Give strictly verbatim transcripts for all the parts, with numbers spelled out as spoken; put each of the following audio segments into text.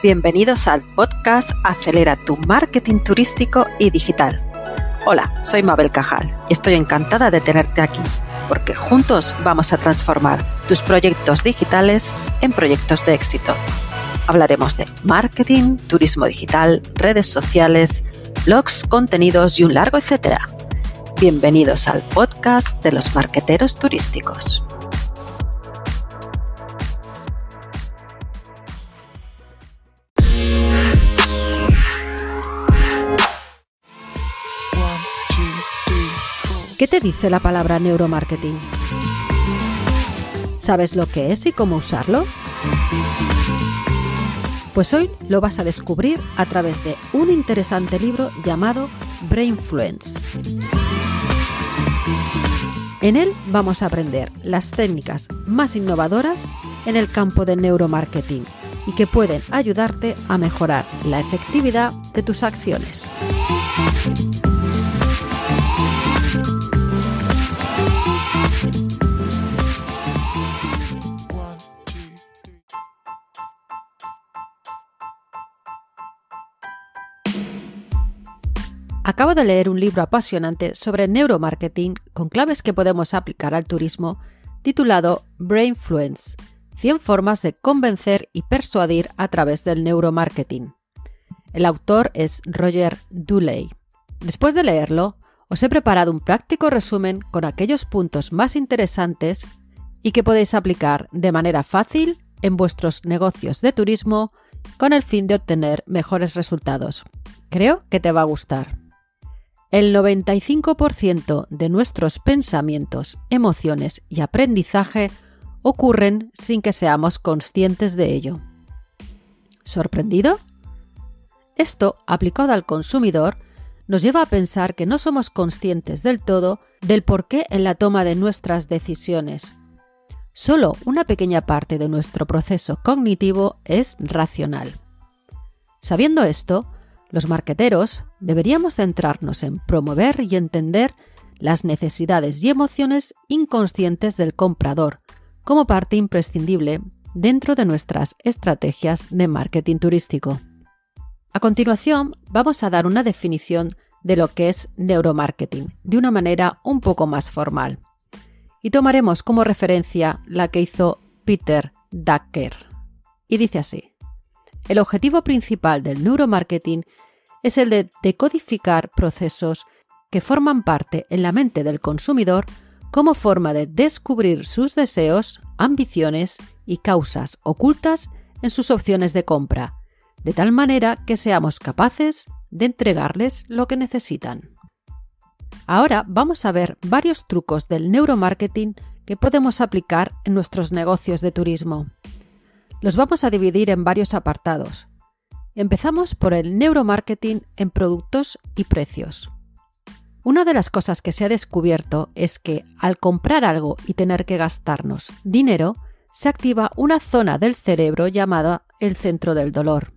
Bienvenidos al podcast Acelera tu marketing turístico y digital. Hola, soy Mabel Cajal y estoy encantada de tenerte aquí, porque juntos vamos a transformar tus proyectos digitales en proyectos de éxito. Hablaremos de marketing, turismo digital, redes sociales, blogs, contenidos y un largo etcétera. Bienvenidos al podcast de los marketeros turísticos. ¿Qué te dice la palabra neuromarketing? ¿Sabes lo que es y cómo usarlo? Pues hoy lo vas a descubrir a través de un interesante libro llamado Brainfluence. En él vamos a aprender las técnicas más innovadoras en el campo del neuromarketing y que pueden ayudarte a mejorar la efectividad de tus acciones. Acabo de leer un libro apasionante sobre neuromarketing con claves que podemos aplicar al turismo, titulado Brainfluence, cien formas de convencer y persuadir a través del neuromarketing. El autor es Roger Dooley. Después de leerlo, os he preparado un práctico resumen con aquellos puntos más interesantes y que podéis aplicar de manera fácil en vuestros negocios de turismo con el fin de obtener mejores resultados. Creo que te va a gustar. El noventa y cinco por ciento de nuestros pensamientos, emociones y aprendizaje ocurren sin que seamos conscientes de ello. ¿Sorprendido? Esto, aplicado al consumidor, nos lleva a pensar que no somos conscientes del todo del porqué en la toma de nuestras decisiones. Solo una pequeña parte de nuestro proceso cognitivo es racional. Sabiendo esto, los marketeros deberíamos centrarnos en promover y entender las necesidades y emociones inconscientes del comprador como parte imprescindible dentro de nuestras estrategias de marketing turístico. A continuación, vamos a dar una definición de lo que es neuromarketing de una manera un poco más formal. Y tomaremos como referencia la que hizo Peter Drucker. Y dice así: el objetivo principal del neuromarketing es el de decodificar procesos que forman parte en la mente del consumidor como forma de descubrir sus deseos, ambiciones y causas ocultas en sus opciones de compra, de tal manera que seamos capaces de entregarles lo que necesitan. Ahora vamos a ver varios trucos del neuromarketing que podemos aplicar en nuestros negocios de turismo. Los vamos a dividir en varios apartados. Empezamos por el neuromarketing en productos y precios. Una de las cosas que se ha descubierto es que al comprar algo y tener que gastarnos dinero, se activa una zona del cerebro llamada el centro del dolor.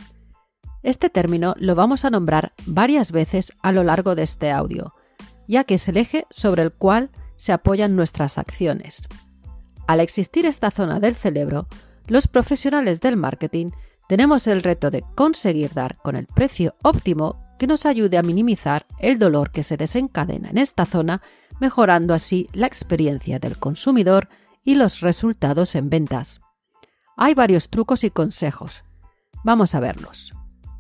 Este término lo vamos a nombrar varias veces a lo largo de este audio, ya que es el eje sobre el cual se apoyan nuestras acciones. Al existir esta zona del cerebro, los profesionales del marketing tenemos el reto de conseguir dar con el precio óptimo que nos ayude a minimizar el dolor que se desencadena en esta zona, mejorando así la experiencia del consumidor y los resultados en ventas. Hay varios trucos y consejos. Vamos a verlos.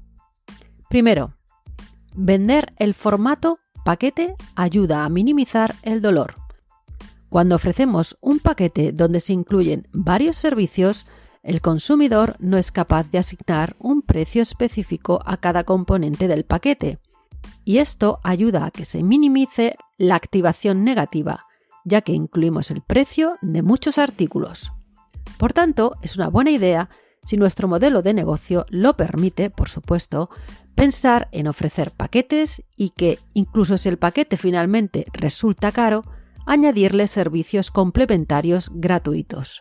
Primero, vender el formato paquete ayuda a minimizar el dolor. Cuando ofrecemos un paquete donde se incluyen varios servicios, el consumidor no es capaz de asignar un precio específico a cada componente del paquete, y esto ayuda a que se minimice la activación negativa, ya que incluimos el precio de muchos artículos. Por tanto, es una buena idea, si nuestro modelo de negocio lo permite, por supuesto, pensar en ofrecer paquetes y que, incluso si el paquete finalmente resulta caro, añadirle servicios complementarios gratuitos.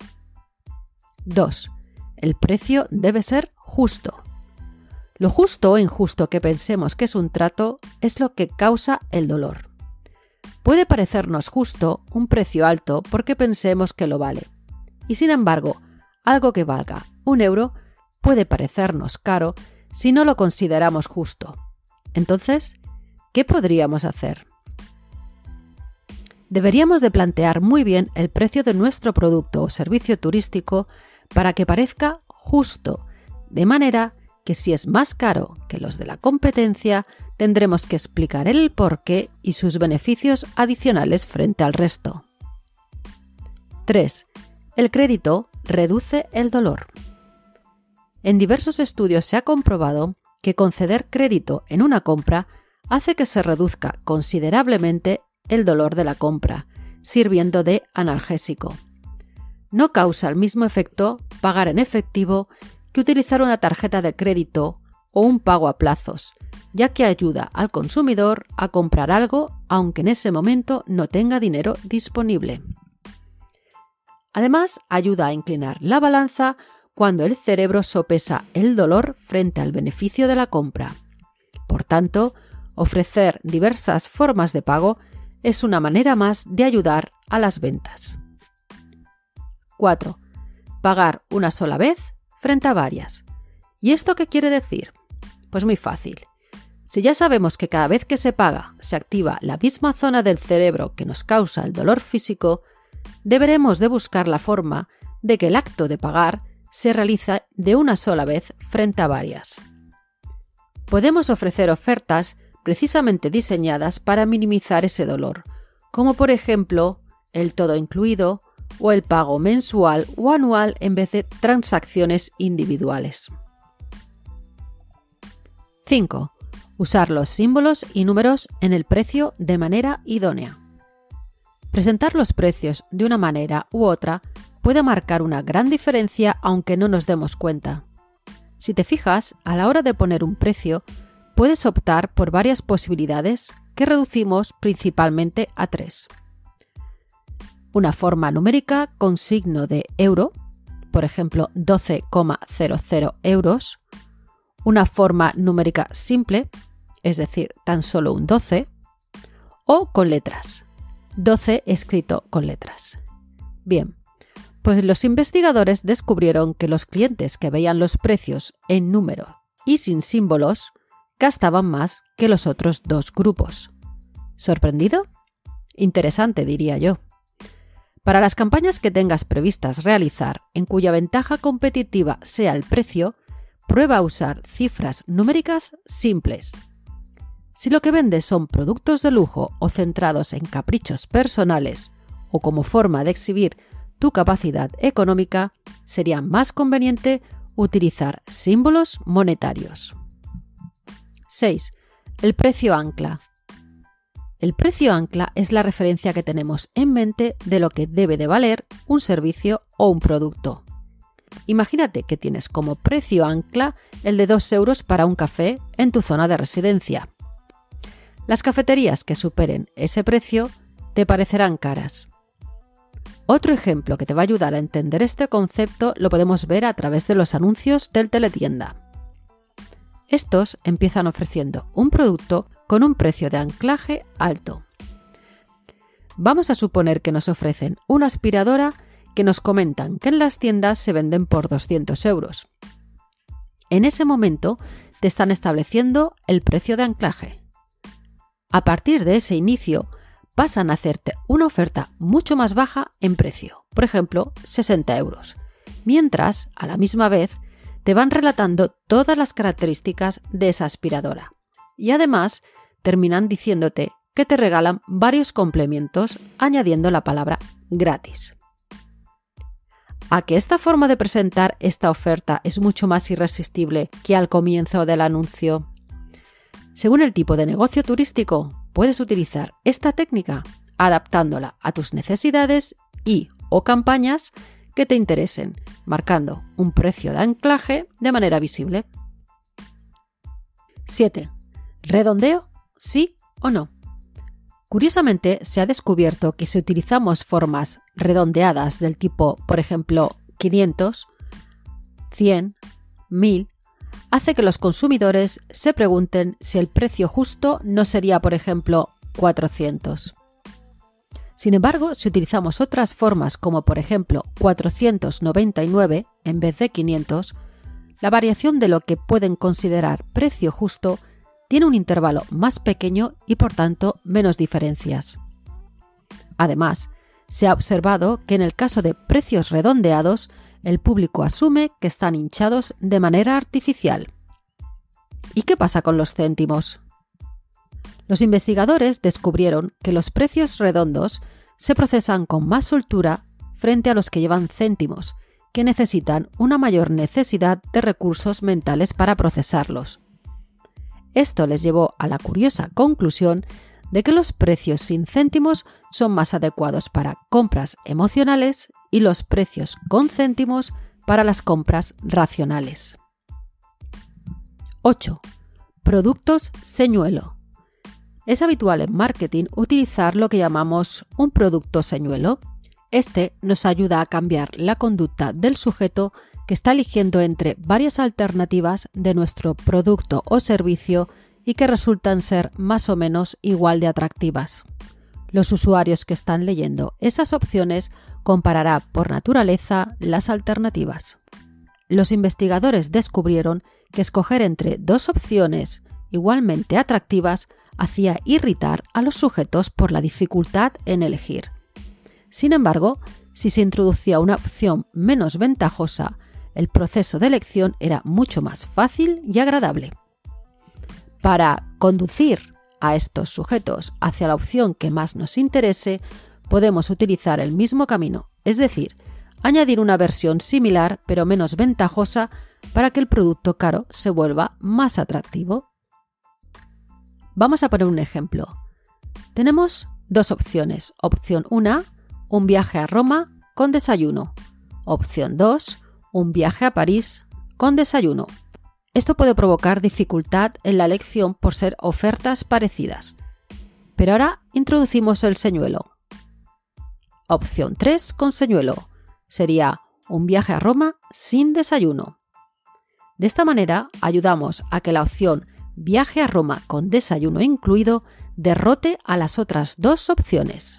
dos. El precio debe ser justo. Lo justo o injusto que pensemos que es un trato es lo que causa el dolor. Puede parecernos justo un precio alto porque pensemos que lo vale. Y sin embargo, algo que valga un euro puede parecernos caro si no lo consideramos justo. Entonces, ¿qué podríamos hacer? Deberíamos de plantear muy bien el precio de nuestro producto o servicio turístico para que parezca justo, de manera que si es más caro que los de la competencia, tendremos que explicar el porqué y sus beneficios adicionales frente al resto. tres. El crédito reduce el dolor. En diversos estudios se ha comprobado que conceder crédito en una compra hace que se reduzca considerablemente el dolor de la compra, sirviendo de analgésico. No causa el mismo efecto pagar en efectivo que utilizar una tarjeta de crédito o un pago a plazos, ya que ayuda al consumidor a comprar algo aunque en ese momento no tenga dinero disponible. Además, ayuda a inclinar la balanza cuando el cerebro sopesa el dolor frente al beneficio de la compra. Por tanto, ofrecer diversas formas de pago es una manera más de ayudar a las ventas. cuatro. Pagar una sola vez frente a varias. ¿Y esto qué quiere decir? Pues muy fácil. Si ya sabemos que cada vez que se paga se activa la misma zona del cerebro que nos causa el dolor físico, deberemos de buscar la forma de que el acto de pagar se realiza de una sola vez frente a varias. Podemos ofrecer ofertas precisamente diseñadas para minimizar ese dolor, como por ejemplo el todo incluido o el pago mensual o anual en vez de transacciones individuales. cinco. Usar los símbolos y números en el precio de manera idónea. Presentar los precios de una manera u otra puede marcar una gran diferencia aunque no nos demos cuenta. Si te fijas, a la hora de poner un precio, puedes optar por varias posibilidades que reducimos principalmente a tres. Una forma numérica con signo de euro, por ejemplo doce coma cero cero euros. Una forma numérica simple, es decir, tan solo un doce, o con letras, doce escrito con letras. Bien, pues los investigadores descubrieron que los clientes que veían los precios en número y sin símbolos gastaban más que los otros dos grupos. ¿Sorprendido? Interesante, diría yo. Para las campañas que tengas previstas realizar, en cuya ventaja competitiva sea el precio, prueba a usar cifras numéricas simples. Si lo que vendes son productos de lujo o centrados en caprichos personales o como forma de exhibir tu capacidad económica, sería más conveniente utilizar símbolos monetarios. seis. El precio ancla. El precio ancla es la referencia que tenemos en mente de lo que debe de valer un servicio o un producto. Imagínate que tienes como precio ancla el de dos euros para un café en tu zona de residencia. Las cafeterías que superen ese precio te parecerán caras. Otro ejemplo que te va a ayudar a entender este concepto lo podemos ver a través de los anuncios del teletienda. Estos empiezan ofreciendo un producto con un precio de anclaje alto. Vamos a suponer que nos ofrecen una aspiradora que nos comentan que en las tiendas se venden por doscientos euros. En ese momento te están estableciendo el precio de anclaje. A partir de ese inicio pasan a hacerte una oferta mucho más baja en precio, por ejemplo, sesenta euros, mientras, a la misma vez, te van relatando todas las características de esa aspiradora. Y además, terminan diciéndote que te regalan varios complementos añadiendo la palabra gratis. ¿A que esta forma de presentar esta oferta es mucho más irresistible que al comienzo del anuncio? Según el tipo de negocio turístico, puedes utilizar esta técnica adaptándola a tus necesidades y o campañas que te interesen, marcando un precio de anclaje de manera visible. siete. ¿Redondeo? ¿Sí o no? Curiosamente, se ha descubierto que si utilizamos formas redondeadas del tipo, por ejemplo, quinientos, cien, mil, hace que los consumidores se pregunten si el precio justo no sería, por ejemplo, cuatrocientos. Sin embargo, si utilizamos otras formas como, por ejemplo, cuatrocientos noventa y nueve en vez de quinientos, la variación de lo que pueden considerar precio justo tiene un intervalo más pequeño y por tanto menos diferencias. Además, se ha observado que en el caso de precios redondeados, el público asume que están hinchados de manera artificial. ¿Y qué pasa con los céntimos? Los investigadores descubrieron que los precios redondos se procesan con más soltura frente a los que llevan céntimos, que necesitan una mayor necesidad de recursos mentales para procesarlos. Esto les llevó a la curiosa conclusión de que los precios sin céntimos son más adecuados para compras emocionales y los precios con céntimos para las compras racionales. ocho. Productos señuelo. Es habitual en marketing utilizar lo que llamamos un producto señuelo. Este nos ayuda a cambiar la conducta del sujeto que está eligiendo entre varias alternativas de nuestro producto o servicio y que resultan ser más o menos igual de atractivas. Los usuarios que están leyendo esas opciones comparará por naturaleza las alternativas. Los investigadores descubrieron que escoger entre dos opciones igualmente atractivas hacía irritar a los sujetos por la dificultad en elegir. Sin embargo, si se introducía una opción menos ventajosa, el proceso de elección era mucho más fácil y agradable. Para conducir a estos sujetos hacia la opción que más nos interese, podemos utilizar el mismo camino, es decir, añadir una versión similar pero menos ventajosa para que el producto caro se vuelva más atractivo. Vamos a poner un ejemplo. Tenemos dos opciones. Opción uno, un viaje a Roma con desayuno. Opción dos, un viaje a París con desayuno. Esto puede provocar dificultad en la elección por ser ofertas parecidas. Pero ahora introducimos el señuelo. Opción tres con señuelo. Sería un viaje a Roma sin desayuno. De esta manera ayudamos a que la opción viaje a Roma con desayuno incluido derrote a las otras dos opciones.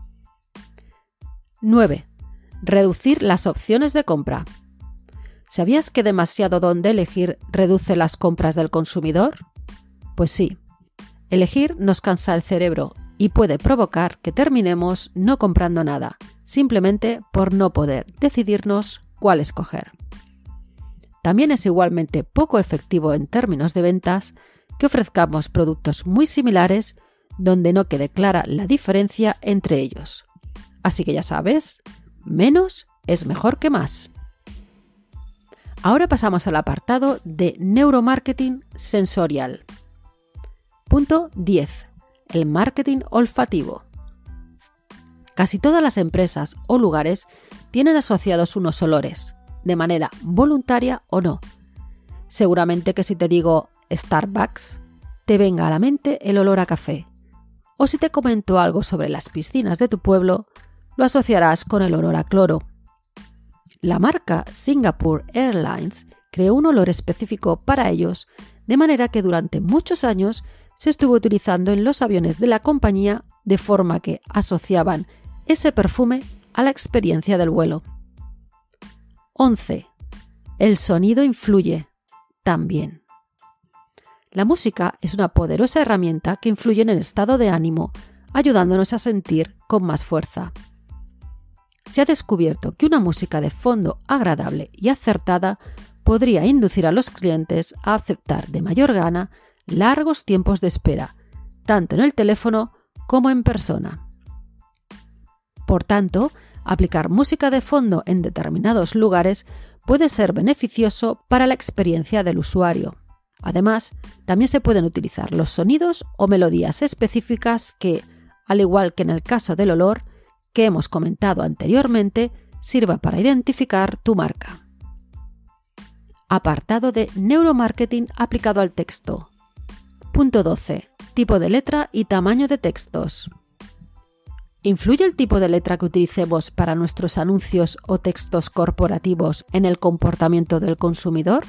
nueve. Reducir las opciones de compra. ¿Sabías que demasiado donde elegir reduce las compras del consumidor? Pues sí. Elegir nos cansa el cerebro y puede provocar que terminemos no comprando nada, simplemente por no poder decidirnos cuál escoger. También es igualmente poco efectivo en términos de ventas que ofrezcamos productos muy similares donde no quede clara la diferencia entre ellos. Así que ya sabes, menos es mejor que más. Ahora pasamos al apartado de neuromarketing sensorial. Punto diez. El marketing olfativo. Casi todas las empresas o lugares tienen asociados unos olores, de manera voluntaria o no. Seguramente que si te digo Starbucks, te venga a la mente el olor a café. O si te comento algo sobre las piscinas de tu pueblo, lo asociarás con el olor a cloro. La marca Singapore Airlines creó un olor específico para ellos, de manera que durante muchos años se estuvo utilizando en los aviones de la compañía de forma que asociaban ese perfume a la experiencia del vuelo. once. El sonido influye también. La música es una poderosa herramienta que influye en el estado de ánimo, ayudándonos a sentir con más fuerza. Se ha descubierto que una música de fondo agradable y acertada podría inducir a los clientes a aceptar de mayor gana largos tiempos de espera, tanto en el teléfono como en persona. Por tanto, aplicar música de fondo en determinados lugares puede ser beneficioso para la experiencia del usuario. Además, también se pueden utilizar los sonidos o melodías específicas que, al igual que en el caso del olor, que hemos comentado anteriormente, sirva para identificar tu marca. Apartado de neuromarketing aplicado al texto. Punto doce. Tipo de letra y tamaño de textos. ¿Influye el tipo de letra que utilicemos para nuestros anuncios o textos corporativos en el comportamiento del consumidor?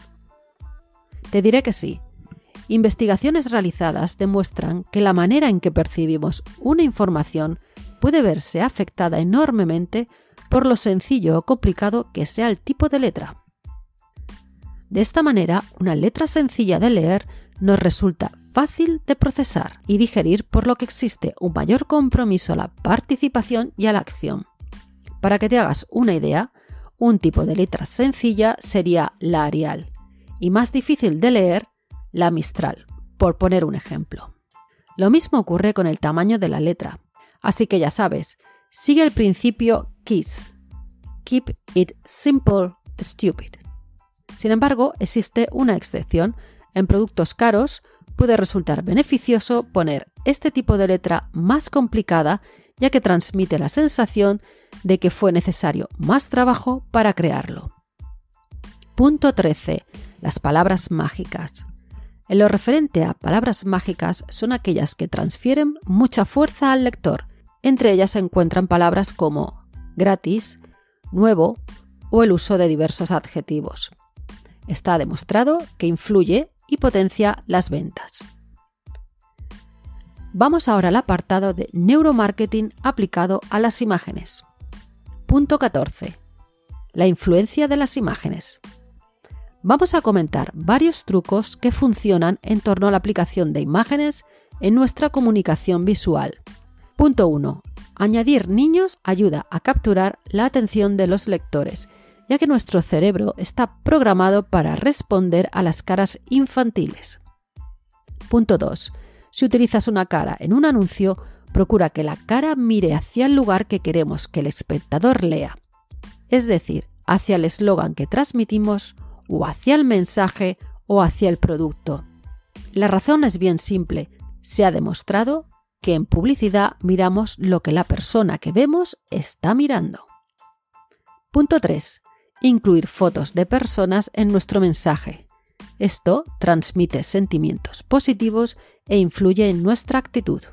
Te diré que sí. Investigaciones realizadas demuestran que la manera en que percibimos una información puede verse afectada enormemente por lo sencillo o complicado que sea el tipo de letra. De esta manera, una letra sencilla de leer nos resulta fácil de procesar y digerir, por lo que existe un mayor compromiso a la participación y a la acción. Para que te hagas una idea, un tipo de letra sencilla sería la Arial y más difícil de leer, la Mistral, por poner un ejemplo. Lo mismo ocurre con el tamaño de la letra, así que ya sabes, sigue el principio KISS, Keep It Simple, Stupid. Sin embargo, existe una excepción. En productos caros puede resultar beneficioso poner este tipo de letra más complicada, ya que transmite la sensación de que fue necesario más trabajo para crearlo. Punto trece. Las palabras mágicas. En lo referente a palabras mágicas son aquellas que transfieren mucha fuerza al lector. Entre ellas se encuentran palabras como gratis, nuevo o el uso de diversos adjetivos. Está demostrado que influye y potencia las ventas. Vamos ahora al apartado de neuromarketing aplicado a las imágenes. Punto catorce. La influencia de las imágenes. Vamos a comentar varios trucos que funcionan en torno a la aplicación de imágenes en nuestra comunicación visual. Punto uno. Añadir niños ayuda a capturar la atención de los lectores, ya que nuestro cerebro está programado para responder a las caras infantiles. Punto dos. Si utilizas una cara en un anuncio, procura que la cara mire hacia el lugar que queremos que el espectador lea, es decir, hacia el eslogan que transmitimos o hacia el mensaje o hacia el producto. La razón es bien simple. Se ha demostrado que en publicidad miramos lo que la persona que vemos está mirando. Punto tres. Incluir fotos de personas en nuestro mensaje. Esto transmite sentimientos positivos e influye en nuestra actitud.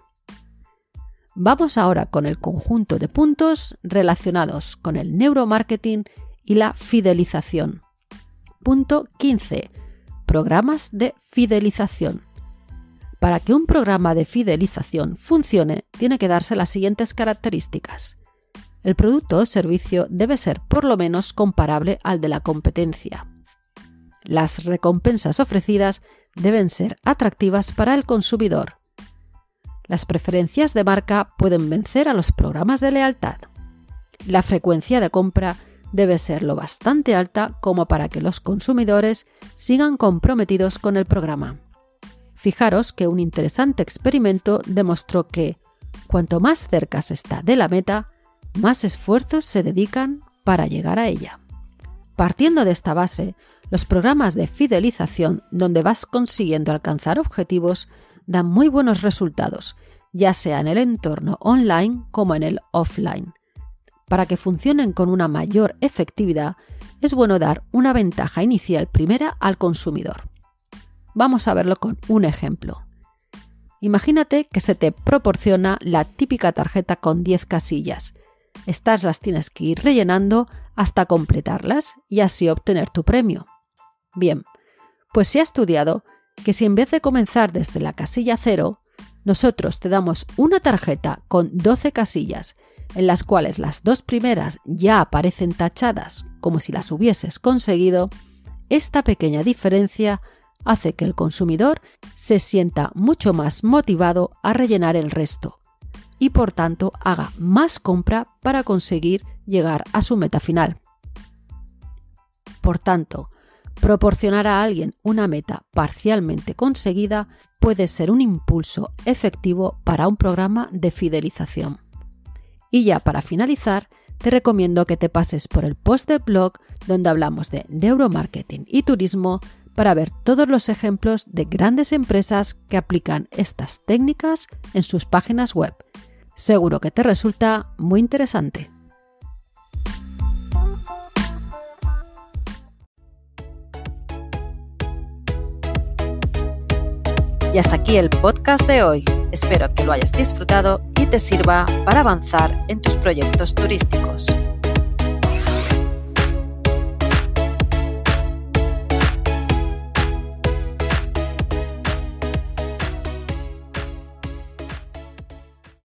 Vamos ahora con el conjunto de puntos relacionados con el neuromarketing y la fidelización. Punto quince. Programas de fidelización. Para que un programa de fidelización funcione, tiene que darse las siguientes características. El producto o servicio debe ser por lo menos comparable al de la competencia. Las recompensas ofrecidas deben ser atractivas para el consumidor. Las preferencias de marca pueden vencer a los programas de lealtad. La frecuencia de compra debe ser lo bastante alta como para que los consumidores sigan comprometidos con el programa. Fijaros que un interesante experimento demostró que, cuanto más cerca se está de la meta, más esfuerzos se dedican para llegar a ella. Partiendo de esta base, los programas de fidelización donde vas consiguiendo alcanzar objetivos dan muy buenos resultados, ya sea en el entorno online como en el offline. Para que funcionen con una mayor efectividad, es bueno dar una ventaja inicial primera al consumidor. Vamos a verlo con un ejemplo. Imagínate que se te proporciona la típica tarjeta con diez casillas. Estas las tienes que ir rellenando hasta completarlas y así obtener tu premio. Bien, pues se ha estudiado que si en vez de comenzar desde la casilla cero, nosotros te damos una tarjeta con doce casillas, en las cuales las dos primeras ya aparecen tachadas como si las hubieses conseguido, esta pequeña diferencia hace que el consumidor se sienta mucho más motivado a rellenar el resto y por tanto haga más compra para conseguir llegar a su meta final. Por tanto, proporcionar a alguien una meta parcialmente conseguida puede ser un impulso efectivo para un programa de fidelización. Y ya para finalizar, te recomiendo que te pases por el post del blog donde hablamos de neuromarketing y turismo para ver todos los ejemplos de grandes empresas que aplican estas técnicas en sus páginas web. Seguro que te resulta muy interesante. Y hasta aquí el podcast de hoy. Espero que lo hayas disfrutado y te sirva para avanzar en tus proyectos turísticos.